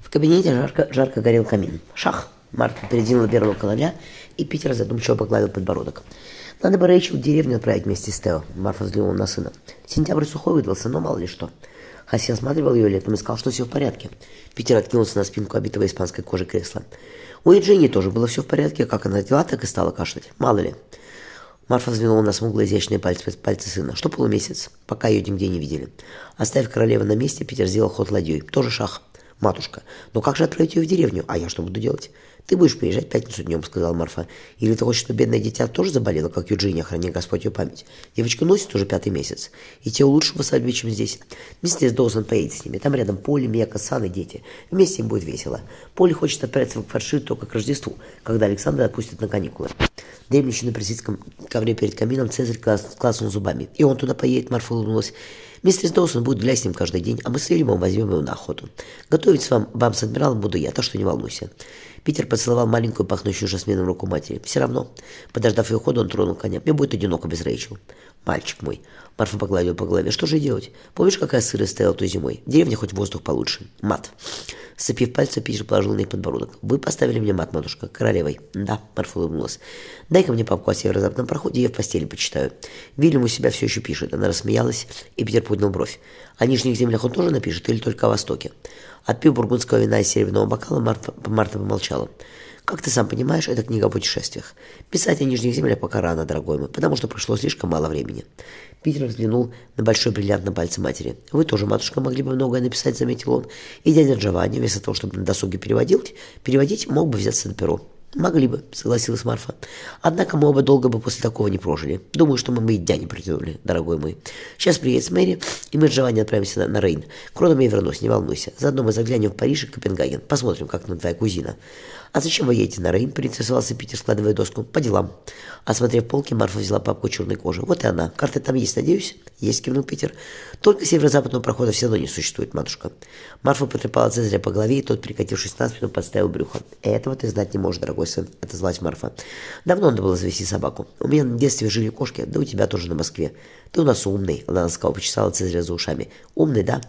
В кабинете жарко горел камин. Шах! Марта передвинула первого короля, и Питер задумчиво погладил подбородок. Надо бы Рэйчел в деревню отправить вместе с Тео. Марфа взглянула на сына. Сентябрь сухой выдался, но мало ли что. Хаси осматривал ее летом и сказал, что все в порядке. Питер откинулся на спинку обитого испанской кожи кресла. У Эджини тоже было все в порядке. Как она родила, так и стала кашлять. Мало ли. Марфа взглянула на смуглые изящные пальцы сына. Что полумесяц, пока ее нигде не видели. Оставив королеву на месте, Питер сделал ход ладьей. Тоже шах. Матушка, ну как же отправить ее в деревню? А я что буду делать? Ты будешь приезжать в пятницу днем, сказала Марфа. Или ты хочешь, чтобы бедное дитя тоже заболело, как Юджиния, храни Господь ее память? Девочка носит уже 5-й месяц. И те лучше в усадьбе, чем здесь. Миссис Доусон поедет с ними. Там рядом Полли, Мека, Сан и дети. Вместе им будет весело. Полли хочет отправиться в Фаршир только к Рождеству, когда Александра отпустят на каникулы. Дремлющий на персидском ковре перед камином, Цезарь класснул зубами. И он туда поедет, Марфа улыбнулась. Мистер Доусон будет гулять с ним каждый день, а мы с Вильямом возьмем его на охоту. Готовить вам с адмиралом буду я, так что не волнуйся. Питер поцеловал маленькую, пахнущую жасмином руку матери. Все равно. Подождав ее ухода, он тронул коня. Мне будет одиноко без Рэйчел. Мальчик мой. Марфа погладила по голове. Что же делать? Помнишь, какая сырость стояла той зимой? В деревне хоть воздух получше. Мат. Сцепив пальцы, Питер положил на их подбородок. Вы поставили мне мат, матушка, королевой. Да, Марфа улыбнулась. Дай-ка мне папку о северо-западном проходе, я в постели почитаю. Вильям у себя все еще пишет. Она рассмеялась, и Питер поднял бровь. О нижних землях он тоже напишет или только о востоке? Отпив бургундского вина из серебряного бокала, Марта помолчала. Как ты сам понимаешь, это книга о путешествиях. Писать о нижних землях пока рано, дорогой мой, потому что прошло слишком мало времени. Питер взглянул на большой бриллиант на пальце матери. Вы тоже, матушка, могли бы многое написать, заметил он. И дядя Джованни, вместо того, чтобы на досуге переводить, мог бы взяться на перо. «Могли бы», — согласилась Марфа. «Однако мы оба долго бы после такого не прожили. Думаю, что мы бы и дня не протянули, дорогой мой. Сейчас приедет Мэри, и мы с Джованни отправимся на Рейн. К родам я вернусь, не волнуйся. Заодно мы заглянем в Париж и Копенгаген. Посмотрим, как там твоя кузина». «А зачем вы едете на Рейн?» — поинтересовался Питер, складывая доску. «По делам». Осмотрев полки, Марфа взяла папку черной кожи. «Вот и она. Карты там есть, надеюсь?» «Есть», — кивнул Питер. «Только северо-западного прохода все равно не существует, матушка». Марфа потрепала Цезаря по голове, и тот, прикатившись на спину, подставил брюхо. «Этого ты знать не можешь, дорогой сын», — отозвалась Марфа. «Давно надо было завести собаку. У меня в детстве жили кошки, да у тебя тоже на Москве. Ты у нас умный», — она ласково почесала Цезаря за ушами. «Умный, да?»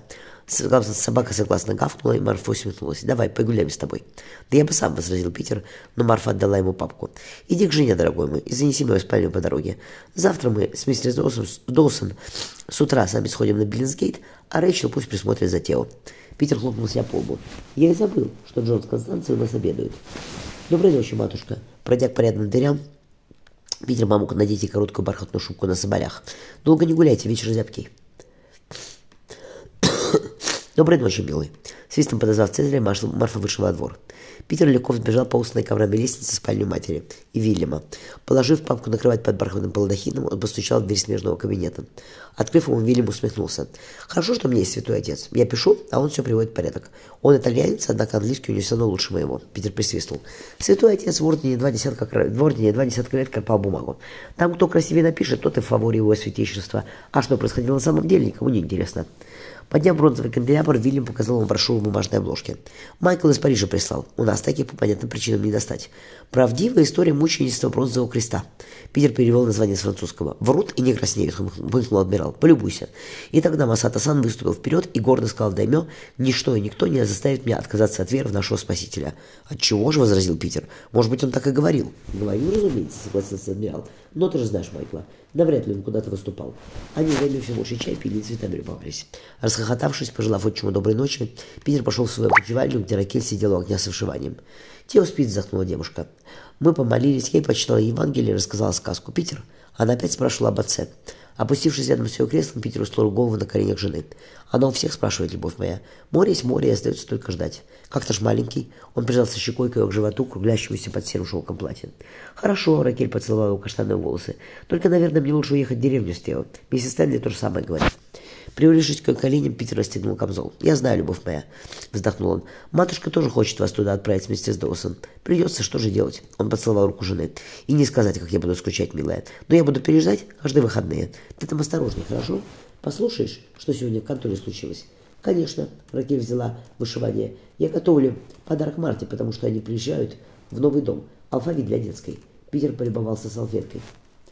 Собака согласно гавкнула, и Марфа усмехнулась. «Давай, погуляем с тобой». «Да я бы сам», — возразил Питер, но Марфа отдала ему папку. «Иди к жене, дорогой мой, и занеси мою спальню по дороге. Завтра мы с миссис Доусон с утра сами сходим на Биллинсгейт, а Рэйчел пусть присмотрит за Тео». Питер хлопнул себя по лбу. «Я и забыл, что Джон с Констанцией у нас обедают». «Доброй ночи, матушка». Пройдя к порядным дверям, Питер помог надеть ей короткую бархатную шубку на соболях. «Долго не гуляйте, вечер зябкий». «Доброй ночи, милый». Свистом подозвав Цезаря, Марфа вышла во двор. Питер легко взбежал по устланной коврами лестнице в спальню матери и Вильяма. Положив папку накрывать под бархатным балдахином, он постучал в дверь смежного кабинета. Открыв его, Вильям усмехнулся. «Хорошо, что у меня есть святой отец. Я пишу, а он все приводит в порядок. Он итальянец, однако английский у него все равно лучше моего». Питер присвистнул. «Святой отец в ордене два десятка лет копал бумагу. Там, кто красивее напишет, тот и в фаворе его святейшества. А что происходило на самом деле, никому не интересно». Подняв бронзовый канделябр, Вильям показал ему брошюру в бумажной обложке. «Майкл из Парижа прислал. У нас таких по понятным причинам не достать. Правдивая история мученичества бронзового креста». Питер перевел название с французского. «Врут и не краснеют», — хмыкнул адмирал. «Полюбуйся». И тогда Масата-сан выступил вперед и гордо сказал даймё: «Ничто и никто не заставит меня отказаться от веры в нашего Спасителя». «Отчего же?» — возразил Питер. «Может быть, он так и говорил». «Говорил, разумеется», — согласился адмирал. «Но ты же знаешь Майкла. Навряд ли он куда-то выступал. Они за все больше чай пили и цветами любовались». Расхохотавшись, пожелав отчиму доброй ночи, Питер пошел в свою опочивальню, где Ракель сидела у огня с вышиванием. «Тео спит», — вздохнула девушка. Мы помолились, я ей почитала Евангелие и рассказала сказку. «Питер?» Она опять спрашивала об отце. Опустившись рядом с ее креслом, Питер устроил голову на коленях жены. «Она у всех спрашивает, любовь моя. Море есть море, и остается только ждать. Как наш маленький?» Он прижался щекой к ее животу, круглящемуся под серым шелком платья. «Хорошо», — Ракель поцеловала его каштановые волосы. «Только, наверное, мне лучше уехать в деревню с Тео. Миссис Стэнли то же самое говорит». Привалившись к ее коленям, Питер расстегнул камзол. «Я знаю, любовь моя», — вздохнул он. «Матушка тоже хочет вас туда отправить вместе с Доусон. Придется, что же делать?» Он поцеловал руку жены. «И не сказать, как я буду скучать, милая. Но я буду переждать каждые выходные. Ты там осторожней, хорошо? Послушаешь, что сегодня в конторе случилось?» «Конечно», — Ракель взяла вышивание. «Я готовлю подарок Марте, потому что они приезжают в новый дом. Алфавит для детской». Питер полюбовался салфеткой.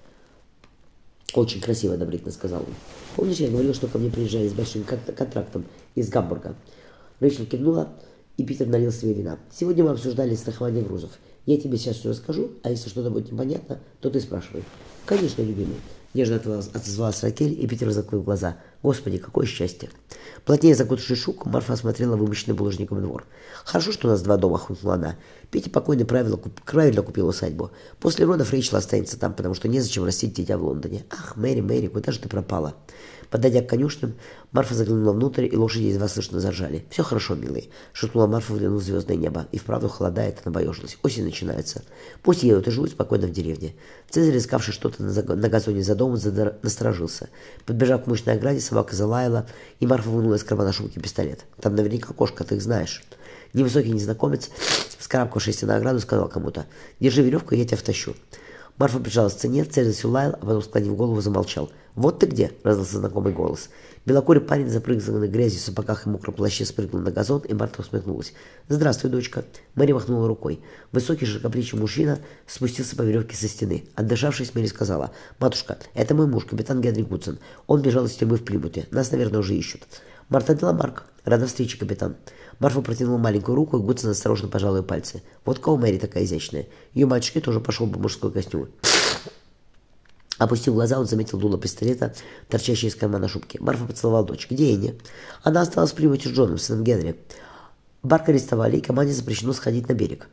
«Очень красиво», — одобрительно сказал он. «Помнишь, я говорил, что ко мне приезжали с большим контрактом из Гамбурга?» Рэйчел кивнула и Питер налил себе вина. «Сегодня мы обсуждали страхование грузов. Я тебе сейчас все расскажу, а если что-то будет непонятно, то ты спрашивай». «Конечно, любимый», — нежно отозвалась Ракель, и Питер закрыл глаза. «Господи, какое счастье!» Плотнее закутавшись в шубку, Марфа осмотрела вымощенный булыжником двор. «Хорошо, что у нас 2 дома», — хмыкнула она. «Петя покойно правильно купил усадьбу. После родов Рэйчел останется там, потому что незачем растить дитя в Лондоне. Ах, Мэри, Мэри, куда же ты пропала?» Подойдя к конюшням, Марфа заглянула внутрь, и лошади едва слышно заржали. «Все хорошо, милый», — шепнула Марфа, взглянув в звездное небо. И вправду холодает, она боежилась. Осень начинается. Пусть едут и живут спокойно в деревне. Цезарь, искавший что-то на газоне за домом, насторожился. Подбежав к мощной ограде, собака залаяла, и Марфа вынула из кармана шубки пистолет. «Там наверняка кошка, ты их знаешь». Невысокий незнакомец, вскарабкавшийся на ограду, сказал кому-то: «Держи веревку, я тебя втащу». Марфа прижалась к стене, Цезарь улаял, а потом, склонив голову, замолчал. «Вот ты где!» — раздался знакомый голос. Белокурый парень, запрыгнанный грязью в сапогах и мокром плаще, спрыгнул на газон, и Марта усмехнулась. «Здравствуй, дочка!» Мэри махнула рукой. Высокий широкоплечий мужчина спустился по веревке со стены. Отдышавшись, Мэри сказала: «Матушка, это мой муж, капитан Генри Гудсон. Он бежал из тюрьмы в Плимуте. Нас, наверное, уже ищут». «Марта Деламарк. Рада встрече, капитан». Марфа протянула маленькую руку, и Гудсон осторожно пожал ее пальцы. «Вот кого Мэри такая изящная. Ее мальчишке тоже пошел бы мужской костюм». Опустив глаза, он заметил дуло пистолета, торчащее из кармана шубки. Марфа поцеловала дочь. «Где Энни?» «Она осталась в Плимуте с Джоном, сыном Генри. Барк арестовали, и команде запрещено сходить на берег».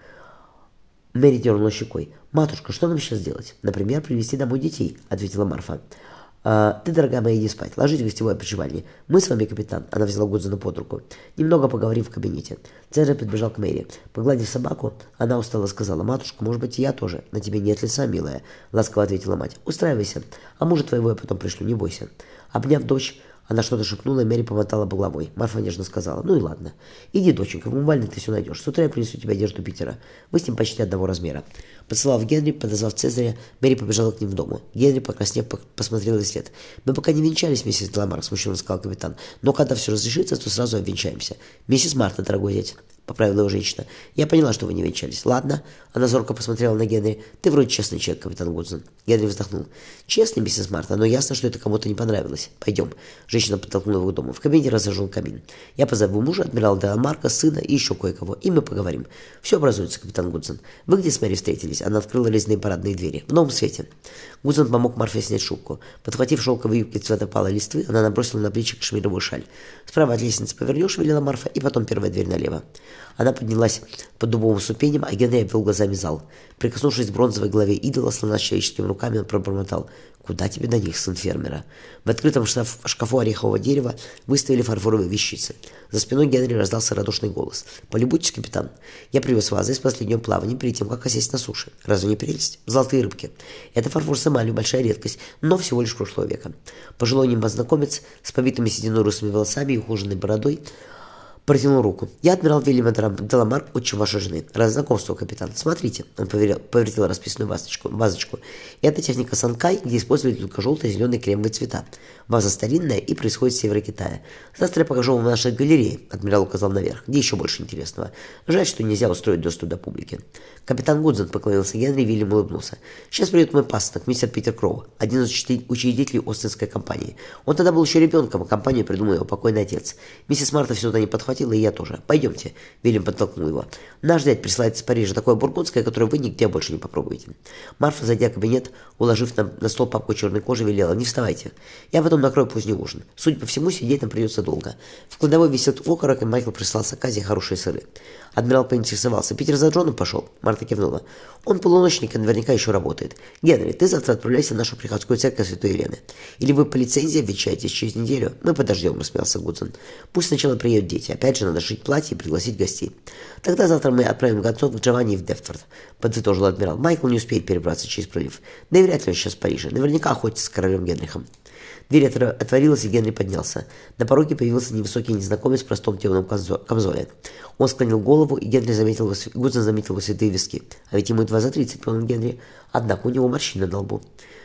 Мэри дернула щекой. «Матушка, что нам сейчас делать?» «Например, привезти домой детей», — ответила Марфа. «Ты, дорогая моя, иди спать. Ложись в гостевой опочивальне. Мы с вами, капитан». Она взяла Гудзона под руку. «Немного поговорим в кабинете». Цезарь подбежал к Мэри. Погладив собаку, она устало сказала: «Матушка, может быть, и я тоже. На тебе нет лица, милая», — ласково ответила мать. «Устраивайся. А мужа твоего я потом пришлю, не бойся». Обняв дочь, она что-то шепнула, и Мэри помотала головой. Марфа нежно сказала: «Ну и ладно. Иди, доченька, в умывальне ты все найдешь. С утра я принесу тебе одежду Питера. Вы с ним почти одного размера». Поцеловав Генри, подозвав Цезаря, Мэри побежала к ним в дому. Генри, покраснев, посмотрел ей след. «Мы пока не венчались, миссис Деламарк», — смущенно сказал капитан. «Но когда все разрешится, то сразу обвенчаемся». «Миссис Марта, дорогой зять», — поправила его женщина. «Я поняла, что вы не венчались. Ладно». Она зорко посмотрела на Генри. «Ты вроде честный человек, капитан Гудзон». Генри вздохнул. «Честный, миссис Марта, но ясно, что это кому-то не понравилось. Пойдем». Женщина подтолкнула его к дому. В кабинете разожжен камин. «Я позову мужа, адмирала Деламарка, сына и еще кое-кого, и мы поговорим. Все образуется, капитан Гудзон. Вы где с Мэри встретились?» Она открыла резные парадные двери. «В новом свете». Гудзон помог Марфе снять шубку. Подхватив шелковые юбки цвета палой листвы, она набросила на плечи кашемировую шаль. «Справа от лестницы повернешь», — велела Марфа, и потом первая дверь налево. Она поднялась под дубовым ступенем, а Генри обвел глазами зал. Прикоснувшись к бронзовой голове идола, слона с человеческими руками, он пробормотал: «Куда тебе до них, сын фермера?» В открытом шкафу орехового дерева выставили фарфоровые вещицы. За спиной Генри раздался радушный голос: «Полюбуйтесь, капитан. Я привез вазы из последнего плавания перед тем, как осесть на суше. Разве не прелесть? Золотые рыбки. Это фарфор с эмалью, большая редкость, но всего лишь прошлого века». Пожилой незнакомец с побитыми сединой русыми волосами и ухоженной бородой протянул руку. «Я адмирал Вильям Деламарк, отчим вашей жены. Рад знакомству, капитан. Смотрите». Он повертел расписную вазочку. «Это техника Санкай, где используют только желтые, зеленые, кремовые цвета. Ваза старинная и происходит с севера Китая. Завтра я покажу вам в нашей галерее», — адмирал указал наверх, где еще больше интересного. Жаль, что нельзя устроить доступ до публики. «Капитан Гудзон», — поклонился Генри, Вильям улыбнулся. «Сейчас придет мой пасынок, мистер Питер Кроу, один из учредителей Остинской компании. Он тогда был еще ребенком, а компанию придумал его покойный отец. Миссис Марта все туда не подхватила, и я тоже. Пойдемте». Вильям подтолкнул его. «Наш дядь присылает из Парижа такое бургундское, которое вы нигде больше не попробуете». Марфа, зайдя в кабинет, уложив на стол папку черной кожи, велела: «Не вставайте. Я потом накрою поздний ужин. Судя по всему, сидеть нам придется долго. В кладовой висит окорок, и Майкл прислал с Аказии хорошие сыры». Адмирал поинтересовался: «Питер за Джоном пошел?» Марта кивнула. «Он полуночник и наверняка еще работает. Генри, ты завтра отправляйся в нашу приходскую церковь Святой Елены. Или вы по лицензии обвенчаетесь через неделю? Мы подождем», — рассмеялся Гудзон. «Пусть сначала приедут дети. Опять же, надо шить платье и пригласить гостей». «Тогда завтра мы отправим гонцов к Джованни в Дефтфорд», — подытожил адмирал. «Майкл не успеет перебраться через пролив. Да и вряд ли он сейчас в Париже. Наверняка охотится с королем Генрихом». Дверь отворилась, и Генри поднялся. На пороге появился невысокий незнакомец в простом темном камзоле. Он склонил голову, и Гудзон заметил его святые виски. «А ведь ему едва за 30, понял Генри. Однако у него морщина на лбу».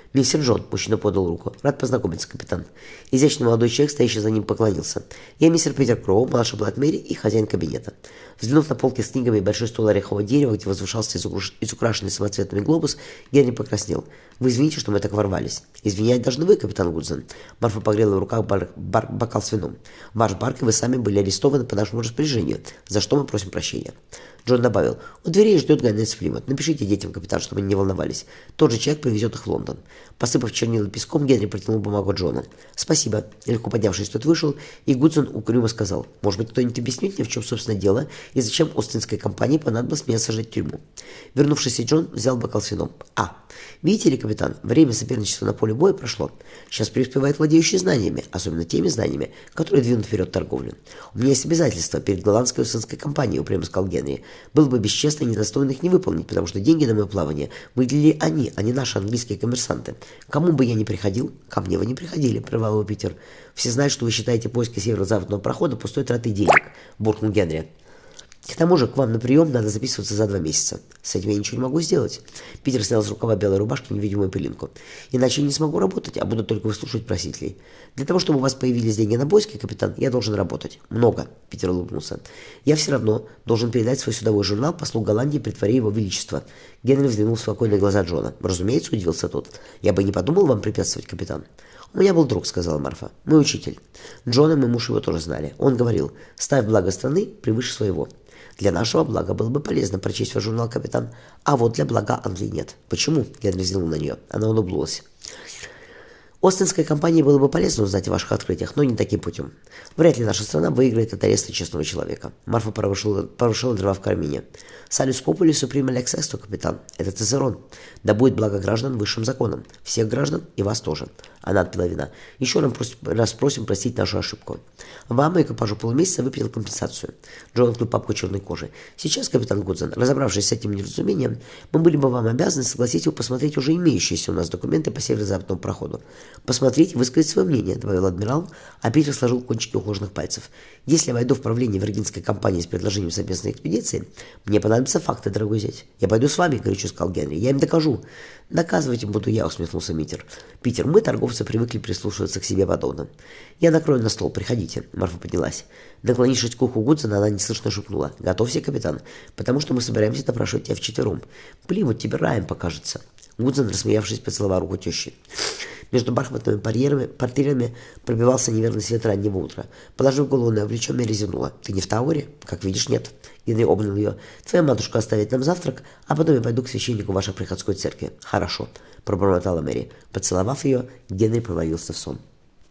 «Мистер Джон», — мужчина подал руку. «Рад познакомиться, капитан». Изящный молодой человек, стоящий за ним, поклонился. «Я мистер Питер Кроу, младший брат Мэри и хозяин кабинета». Взглянув на полки с книгами и большой стол орехового дерева, где возвышался изукрашенный самоцветами глобус, Генри покраснел. «Вы извините, что мы так ворвались». «Извинять должны вы, капитан Гудзен». Марфа погрела в руках бокал с вином. «Ваш барк и вы сами были арестованы по нашему распоряжению, за что мы просим прощения». Джон добавил: «У дверей ждет гонец в Плимут. Напишите детям, капитан, чтобы они не волновались. Тот же человек привезет их в Лондон». Посыпав чернила песком, Генри протянул бумагу Джону. «Спасибо». Легко поднявшись, тот вышел, и Гудзон угрюмо сказал: «Может быть, кто-нибудь объяснит мне, в чем, собственно, дело, и зачем Остинской компании понадобилось меня сажать в тюрьму?» Вернувшийся Джон взял бокал с вином. Видите ли, капитан, время соперничества на поле боя прошло. Сейчас преуспевает владеющий знаниями, особенно теми знаниями, которые двинут вперед торговлю. У меня есть обязательства перед голландской Остинской компанией», — упрямо сказал Генри. «Было бы бесчестно и недостойно их не выполнить, потому что деньги на мое плавание выделили они, а не наши английские коммерсанты. Кому бы я ни приходил, ко мне вы не приходили», — прервал его Питер. «Все знают, что вы считаете поиски северо-западного прохода пустой тратой денег», — буркнул Генри. «К тому же к вам на прием надо записываться за 2 месяца. С этим я ничего не могу сделать». Питер снял с рукава белой рубашки невидимую пылинку. «Иначе я не смогу работать, а буду только выслушивать просителей. Для того, чтобы у вас появились деньги на поиски, капитан, я должен работать. Много», — Питер улыбнулся. «Я все равно должен передать свой судовой журнал послу Голландии при дворе его величества». Генри взглянул в спокойные глаза Джона. «Разумеется», — удивился тот. «Я бы не подумал вам препятствовать, капитан». «У меня был друг», — сказала Марфа. «Мой учитель. Джон и мой муж его тоже знали. Он говорил: ставь благо страны превыше своего». «Для нашего блага было бы полезно прочесть ваш журнал, капитан. А вот для блага Англии нет». «Почему?» — Генри взглянул на нее. Она улыбнулась. «Остинской компании было бы полезно узнать о ваших открытиях, но не таким путем. Вряд ли наша страна выиграет от ареста честного человека». Марфа порушила дрова в кармине. «Салюс попули суприма лексесто, капитан. Это Цицерон. Да будет благо граждан высшим законом. Всех граждан и вас тоже». Она отпила вина. «Еще раз просим простить нашу ошибку. Вам и экипажу полумесяца выпил компенсацию». Джон открыл папку черной кожи. «Сейчас, капитан Гудзен, разобравшись с этим недоразумением, мы были бы вам обязаны согласить его посмотреть уже имеющиеся у нас документы по северо-западному проходу. Посмотреть и высказать свое мнение», — добавил адмирал, а Питер сложил кончики ухоженных пальцев. «Если я войду в правление Виргинской компании с предложением совместной экспедиции, мне понадобятся факты, дорогой зять». «Я пойду с вами», — горячо сказал Генри. «Я им докажу». «Доказывать им буду я», — усмехнулся Митер. «Питер, мы, торговцы, привыкли прислушиваться к себе подобным. Я накрою на стол, приходите». Марфа поднялась. Наклонившись к уху Гудзена, она неслышно шепнула: «Готовься, капитан, потому что мы собираемся допрашивать тебя вчетвером. Плимут тебе раем покажется». Гудзен, рассмеявшись, поцеловал руку тещи. Между бархатными портьерами пробивался неверный свет раннего утра. Положив голову на плечо, Мэри зевнула. «Ты не в Тауэре?» «Как видишь, нет». Генри обнял ее. «Твоя матушка оставит нам завтрак, а потом я пойду к священнику вашей приходской церкви». «Хорошо», — пробормотала Мэри. Поцеловав ее, Генри провалился в сон.